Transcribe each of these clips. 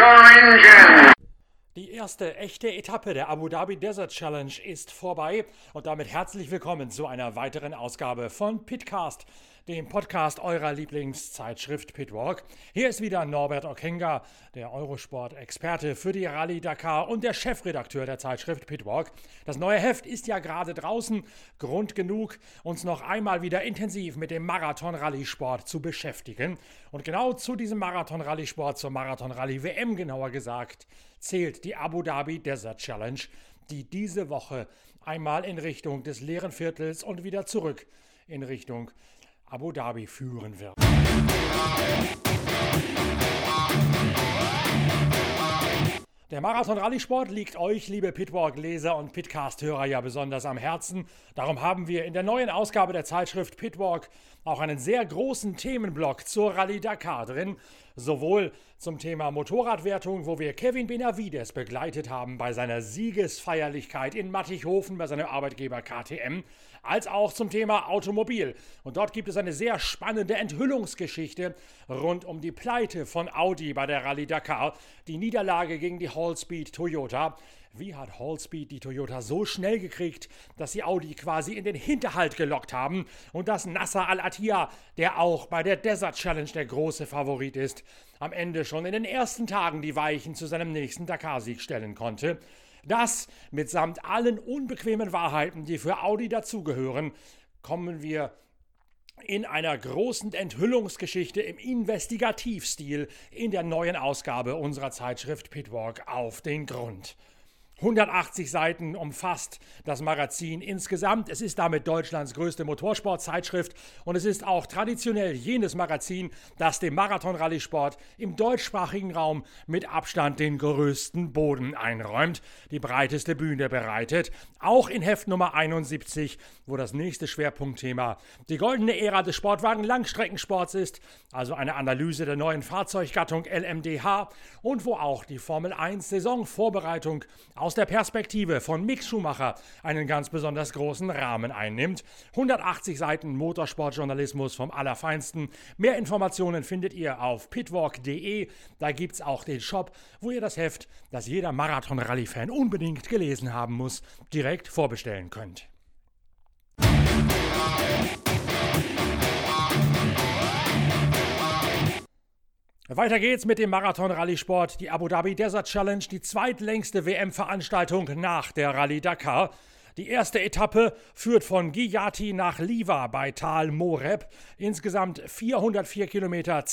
your engine. Die erste echte Etappe der Abu Dhabi Desert Challenge ist vorbei und damit herzlich willkommen zu einer weiteren Ausgabe von Pitcast, dem Podcast eurer Lieblingszeitschrift Pitwalk. Hier ist wieder Norbert Okenga, der Eurosport-Experte für die Rallye Dakar und der Chefredakteur der Zeitschrift Pitwalk. Das neue Heft ist ja gerade draußen, Grund genug, uns noch einmal wieder intensiv mit dem Marathon-Rallye-Sport zu beschäftigen. Und genau zu diesem Marathon-Rallye-Sport, zur Marathon-Rallye-WM genauer gesagt, zählt die Abu Dhabi Desert Challenge, die diese Woche einmal in Richtung des leeren Viertels und wieder zurück in Richtung Abu Dhabi führen wird. Der Marathon-Rallye-Sport liegt euch, liebe Pitwalk-Leser und Pitcast-Hörer, ja besonders am Herzen. Darum haben wir in der neuen Ausgabe der Zeitschrift Pitwalk auch einen sehr großen Themenblock zur Rallye Dakar drin. Sowohl zum Thema Motorradwertung, wo wir Kevin Benavides begleitet haben bei seiner Siegesfeierlichkeit in Mattighofen bei seinem Arbeitgeber KTM, als auch zum Thema Automobil. Und dort gibt es eine sehr spannende Enthüllungsgeschichte rund um die Pleite von Audi bei der Rallye Dakar, die Niederlage gegen die Hallspeed Toyota. Wie hat Hallspeed die Toyota so schnell gekriegt, dass sie Audi quasi in den Hinterhalt gelockt haben und dass Nasser Al-Attiyah, der auch bei der Desert Challenge der große Favorit ist, am Ende schon in den ersten Tagen die Weichen zu seinem nächsten Dakar-Sieg stellen konnte. Das mitsamt allen unbequemen Wahrheiten, die für Audi dazugehören, kommen wir in einer großen Enthüllungsgeschichte im Investigativstil in der neuen Ausgabe unserer Zeitschrift Pitwalk auf den Grund. 180 Seiten umfasst das Magazin insgesamt. Es ist damit Deutschlands größte Motorsportzeitschrift und es ist auch traditionell jenes Magazin, das dem Marathon-Rallye-Sport im deutschsprachigen Raum mit Abstand den größten Boden einräumt, die breiteste Bühne bereitet. Auch in Heft Nummer 71, wo das nächste Schwerpunktthema die goldene Ära des Sportwagen-Langstreckensports ist, also eine Analyse der neuen Fahrzeuggattung LMDH und wo auch die Formel 1 Saisonvorbereitung aus der Perspektive von Mick Schumacher einen ganz besonders großen Rahmen einnimmt. 180 Seiten Motorsportjournalismus vom Allerfeinsten. Mehr Informationen findet ihr auf pitwalk.de. Da gibt's auch den Shop, wo ihr das Heft, das jeder Marathon-Rallye-Fan unbedingt gelesen haben muss, direkt vorbestellen könnt. Weiter geht's mit dem Marathon-Rallye-Sport. Die Abu Dhabi Desert Challenge, die zweitlängste WM-Veranstaltung nach der Rallye Dakar. Die erste Etappe führt von Giyati nach Liwa bei Tal Moreb. Insgesamt 404 Kilometer,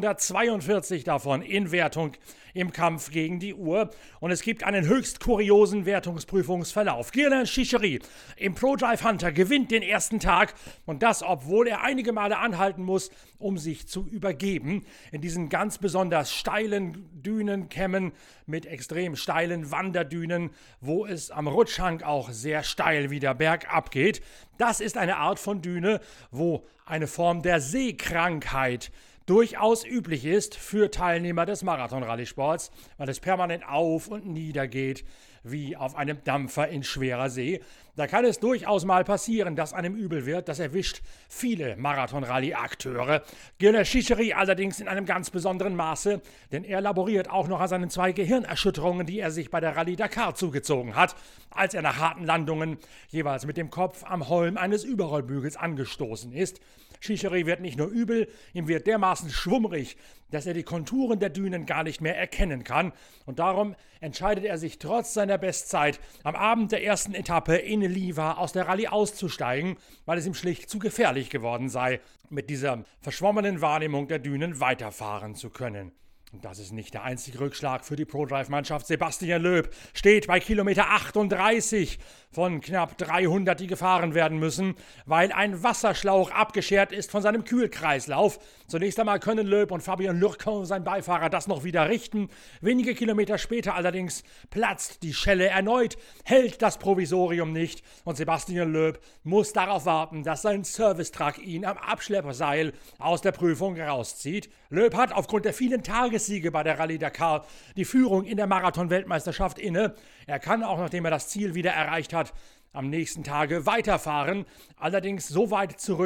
242 davon in Wertung im Kampf gegen die Uhr. Und es gibt einen höchst kuriosen Wertungsprüfungsverlauf. Guerlain Chichery im ProDrive Hunter gewinnt den ersten Tag. Und das, obwohl er einige Male anhalten muss, um sich zu übergeben. In diesen ganz besonders steilen Dünenkämmen mit extrem steilen Wanderdünen, wo es am Rutschhang auch sehr steil wieder bergab geht. Das ist eine Art von Düne, wo eine Form der Seekrankheit durchaus üblich ist für Teilnehmer des Marathon-Rallye-Sports, weil es permanent auf und nieder geht, wie auf einem Dampfer in schwerer See. Da kann es durchaus mal passieren, dass einem übel wird. Das erwischt viele Marathon-Rallye-Akteure. Guerlain Chichery allerdings in einem ganz besonderen Maße, denn er laboriert auch noch an seinen 2 Gehirnerschütterungen, die er sich bei der Rallye Dakar zugezogen hat, als er nach harten Landungen jeweils mit dem Kopf am Holm eines Überrollbügels angestoßen ist. Chichery wird nicht nur übel, ihm wird dermaßen schwummrig, dass er die Konturen der Dünen gar nicht mehr erkennen kann. Und darum entscheidet er sich trotz seiner Bestzeit am Abend der ersten Etappe in Liwa aus der Rallye auszusteigen, weil es ihm schlicht zu gefährlich geworden sei, mit dieser verschwommenen Wahrnehmung der Dünen weiterfahren zu können. Und das ist nicht der einzige Rückschlag für die ProDrive-Mannschaft. Sebastian Loeb steht bei Kilometer 38 von knapp 300, die gefahren werden müssen, weil ein Wasserschlauch abgeschert ist von seinem Kühlkreislauf. Zunächst einmal können Loeb und Fabien Lurcon, sein Beifahrer, das noch wieder richten. Wenige Kilometer später allerdings platzt die Schelle erneut, hält das Provisorium nicht und Sebastian Loeb muss darauf warten, dass sein Servicetruck ihn am Abschlepperseil aus der Prüfung rauszieht. Loeb hat aufgrund der vielen Tagessiege bei der Rallye Dakar die Führung in der Marathon-Weltmeisterschaft inne. Er kann auch, nachdem er das Ziel wieder erreicht hat, am nächsten Tage weiterfahren, allerdings so weit zurück,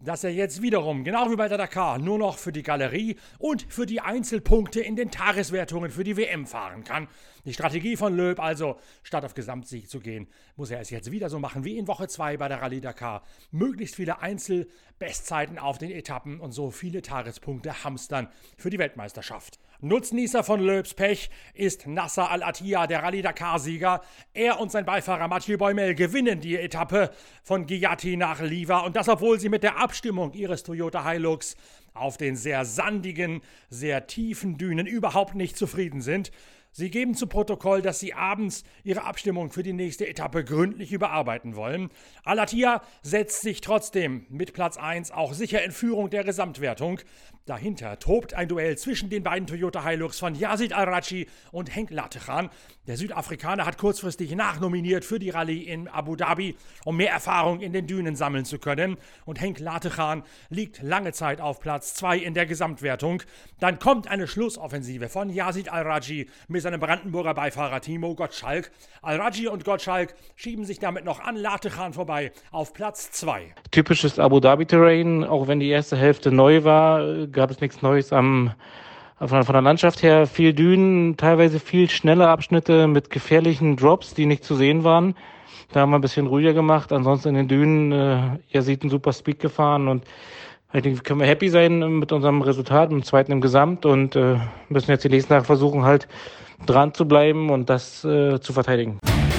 dass er jetzt wiederum, genau wie bei der Dakar, nur noch für die Galerie und für die Einzelpunkte in den Tageswertungen für die WM fahren kann. Die Strategie von Loeb also, statt auf Gesamtsieg zu gehen, muss er es jetzt wieder so machen wie in Woche 2 bei der Rallye Dakar. Möglichst viele Einzelbestzeiten auf den Etappen und so viele Tagespunkte hamstern für die Weltmeisterschaft. Nutznießer von Loebs Pech ist Nasser Al-Attiyah, der Rallye Dakar-Sieger. Er und sein Beifahrer Mathieu Boimel gewinnen die Etappe von Ghiati nach Liva und das, obwohl sie mit der Abstimmung ihres Toyota Hilux auf den sehr sandigen, sehr tiefen Dünen überhaupt nicht zufrieden sind. Sie geben zu Protokoll, dass sie abends ihre Abstimmung für die nächste Etappe gründlich überarbeiten wollen. Al-Attiyah setzt sich trotzdem mit Platz 1 auch sicher in Führung der Gesamtwertung. Dahinter tobt ein Duell zwischen den beiden Toyota Hilux von Yazid Al-Rajhi und Henk Latechan. Der Südafrikaner hat kurzfristig nachnominiert für die Rallye in Abu Dhabi, um mehr Erfahrung in den Dünen sammeln zu können. Und Henk Latechan liegt lange Zeit auf Platz 2 in der Gesamtwertung. Dann kommt eine Schlussoffensive von Yazid Al-Rajhi mit seinem Brandenburger Beifahrer Timo Gottschalk. Al-Rajhi und Gottschalk schieben sich damit noch an Latechan vorbei auf Platz 2. Typisches Abu Dhabi-Terrain, auch wenn die erste Hälfte neu war, gab es nichts Neues von der Landschaft her. Viel Dünen, teilweise viel schnelle Abschnitte mit gefährlichen Drops, die nicht zu sehen waren. Da haben wir ein bisschen ruhiger gemacht. Ansonsten in den Dünen, Yazid einen super Speed gefahren und ich denke, können wir happy sein mit unserem Resultat, mit dem zweiten im Gesamt und müssen jetzt die nächsten Tage versuchen, halt dran zu bleiben und das zu verteidigen.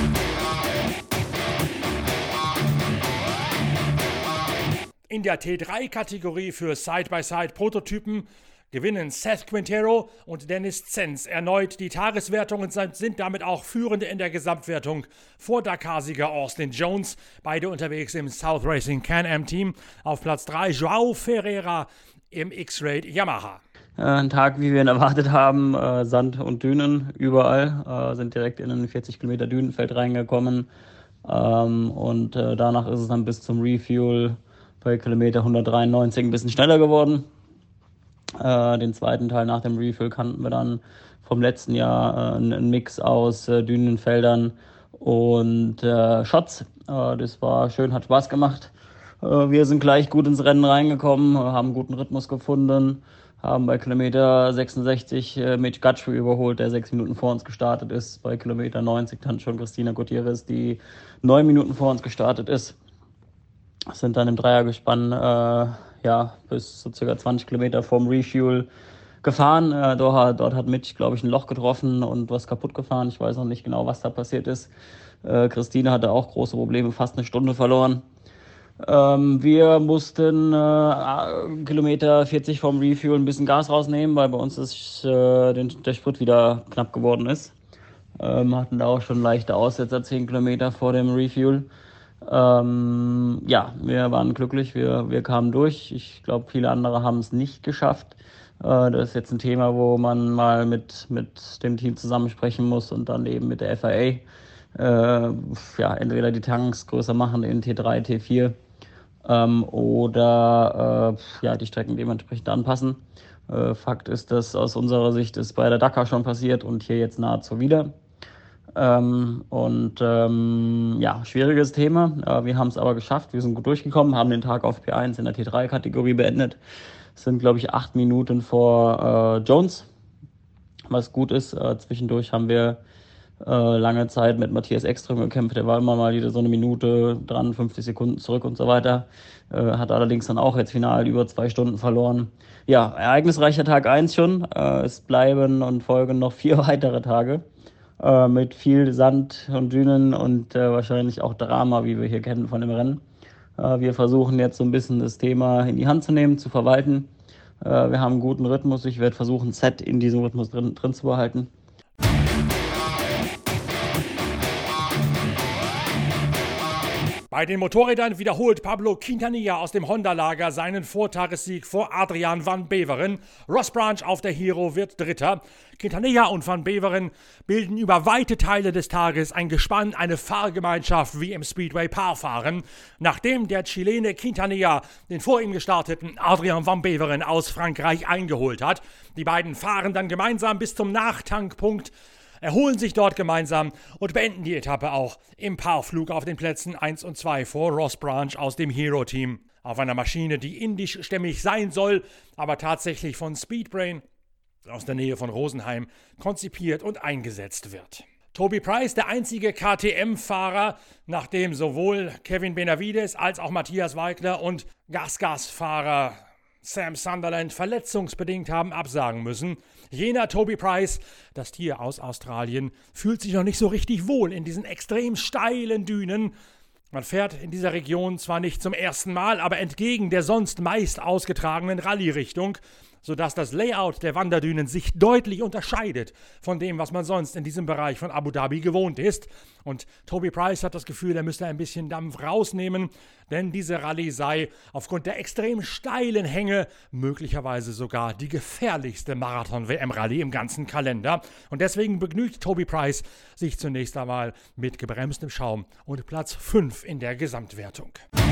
In der T3-Kategorie für Side-by-Side-Prototypen gewinnen Seth Quintero und Dennis Zenz erneut die Tageswertung und sind damit auch Führende in der Gesamtwertung vor Dakar-Sieger Austin Jones. Beide unterwegs im South Racing Can-Am Team. Auf Platz 3 Joao Ferreira im X-Raid Yamaha. Ein Tag, wie wir ihn erwartet haben, Sand und Dünen überall, sind direkt in ein 40 Kilometer Dünenfeld reingekommen und danach ist es dann bis zum Refuel bei Kilometer 193 ein bisschen schneller geworden. Den zweiten Teil nach dem Refuel kannten wir dann vom letzten Jahr einen Mix aus Dünenfeldern und Shots. Das war schön, hat Spaß gemacht. Wir sind gleich gut ins Rennen reingekommen, haben einen guten Rhythmus gefunden, haben bei Kilometer 66 Mitch Gatschwe überholt, der 6 Minuten vor uns gestartet ist. Bei Kilometer 90 dann schon Christina Gutierrez, die 9 Minuten vor uns gestartet ist. Sind dann im Dreiergespann bis so circa 20 Kilometer vorm Refuel gefahren. Dort hat Mitch, glaube ich, ein Loch getroffen und was kaputt gefahren. Ich weiß noch nicht genau, was da passiert ist. Christine hatte auch große Probleme, fast eine Stunde verloren. Wir mussten Kilometer 40 vom Refuel ein bisschen Gas rausnehmen, weil bei uns der Sprit wieder knapp geworden ist. Hatten da auch schon leichte Aussetzer, 10 Kilometer vor dem Refuel. Wir waren glücklich, wir kamen durch. Ich glaube, viele andere haben es nicht geschafft. Das ist jetzt ein Thema, wo man mal mit dem Team zusammensprechen muss und dann eben mit der FIA entweder die Tanks größer machen in T3, T4 oder die Strecken dementsprechend anpassen. Fakt ist, dass aus unserer Sicht ist bei der Dakar schon passiert und hier jetzt nahezu wieder. Schwieriges Thema. Wir haben es aber geschafft. Wir sind gut durchgekommen, haben den Tag auf P1 in der T3-Kategorie beendet. Es sind, glaube ich, 8 Minuten vor Jones, was gut ist. Zwischendurch haben wir lange Zeit mit Matthias Ekström gekämpft. Der war immer mal wieder so eine Minute dran, 50 Sekunden zurück und so weiter. Hat allerdings dann auch jetzt final über 2 Stunden verloren. Ja, ereignisreicher Tag 1 schon. Es bleiben und folgen noch 4 weitere Tage. Mit viel Sand und Dünen und wahrscheinlich auch Drama, wie wir hier kennen von dem Rennen. Wir versuchen jetzt so ein bisschen das Thema in die Hand zu nehmen, zu verwalten. Wir haben einen guten Rhythmus. Ich werde versuchen, Set in diesem Rhythmus drin zu behalten. Bei den Motorrädern wiederholt Pablo Quintanilla aus dem Honda-Lager seinen Vortagessieg vor Adrian van Beveren. Ross Branch auf der Hero wird Dritter. Quintanilla und van Beveren bilden über weite Teile des Tages ein Gespann, eine Fahrgemeinschaft wie im Speedway-Paarfahren. Nachdem der Chilene Quintanilla den vor ihm gestarteten Adrian van Beveren aus Frankreich eingeholt hat. Die beiden fahren dann gemeinsam bis zum Nachtankpunkt, erholen sich dort gemeinsam und beenden die Etappe auch im Paarflug auf den Plätzen 1 und 2 vor Ross Branch aus dem Hero-Team. auf einer Maschine, die indischstämmig sein soll, aber tatsächlich von Speedbrain aus der Nähe von Rosenheim konzipiert und eingesetzt wird. Toby Price, der einzige KTM-Fahrer, nachdem sowohl Kevin Benavides als auch Matthias Weigler und Gas-Gas-Fahrer Sam Sunderland verletzungsbedingt haben absagen müssen. Jener Toby Price, das Tier aus Australien, fühlt sich noch nicht so richtig wohl in diesen extrem steilen Dünen. Man fährt in dieser Region zwar nicht zum ersten Mal, aber entgegen der sonst meist ausgetragenen Rallye-Richtung, sodass das Layout der Wanderdünen sich deutlich unterscheidet von dem, was man sonst in diesem Bereich von Abu Dhabi gewohnt ist. Und Toby Price hat das Gefühl, er müsste ein bisschen Dampf rausnehmen, denn diese Rallye sei aufgrund der extrem steilen Hänge möglicherweise sogar die gefährlichste Marathon-WM-Rallye im ganzen Kalender. Und deswegen begnügt Toby Price sich zunächst einmal mit gebremstem Schaum und Platz 5 in der Gesamtwertung.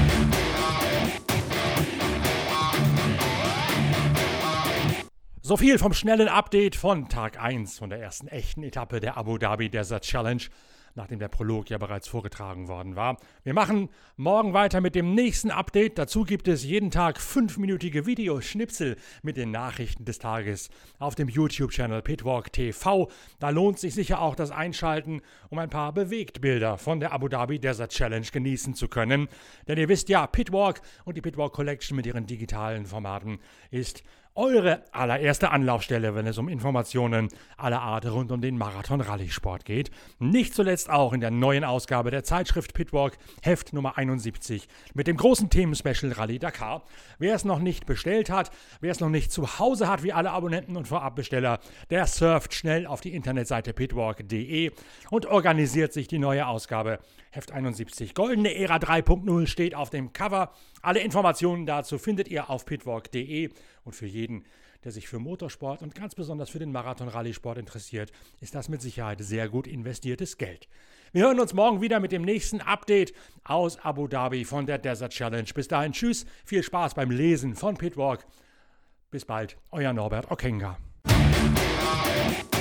So viel vom schnellen Update von Tag 1 von der ersten echten Etappe der Abu Dhabi Desert Challenge, nachdem der Prolog ja bereits vorgetragen worden war. Wir machen morgen weiter mit dem nächsten Update. Dazu gibt es jeden Tag 5-minütige Videoschnipsel mit den Nachrichten des Tages auf dem YouTube-Channel Pitwalk TV. Da lohnt sich sicher auch das Einschalten, um ein paar Bewegtbilder von der Abu Dhabi Desert Challenge genießen zu können. Denn ihr wisst ja, Pitwalk und die Pitwalk Collection mit ihren digitalen Formaten ist eure allererste Anlaufstelle, wenn es um Informationen aller Art rund um den Marathon-Rallye-Sport geht. Nicht zuletzt auch in der neuen Ausgabe der Zeitschrift Pitwalk, Heft Nummer 71, mit dem großen Themenspecial Rallye Dakar. Wer es noch nicht bestellt hat, wer es noch nicht zu Hause hat, wie alle Abonnenten und Vorabbesteller, der surft schnell auf die Internetseite pitwalk.de und organisiert sich die neue Ausgabe. Heft 71, Goldene Ära 3.0 steht auf dem Cover. Alle Informationen dazu findet ihr auf pitwalk.de. Und für jeden, der sich für Motorsport und ganz besonders für den Marathon-Rallye-Sport interessiert, ist das mit Sicherheit sehr gut investiertes Geld. Wir hören uns morgen wieder mit dem nächsten Update aus Abu Dhabi von der Desert Challenge. Bis dahin, tschüss, viel Spaß beim Lesen von Pitwalk. Bis bald, euer Norbert Okenga.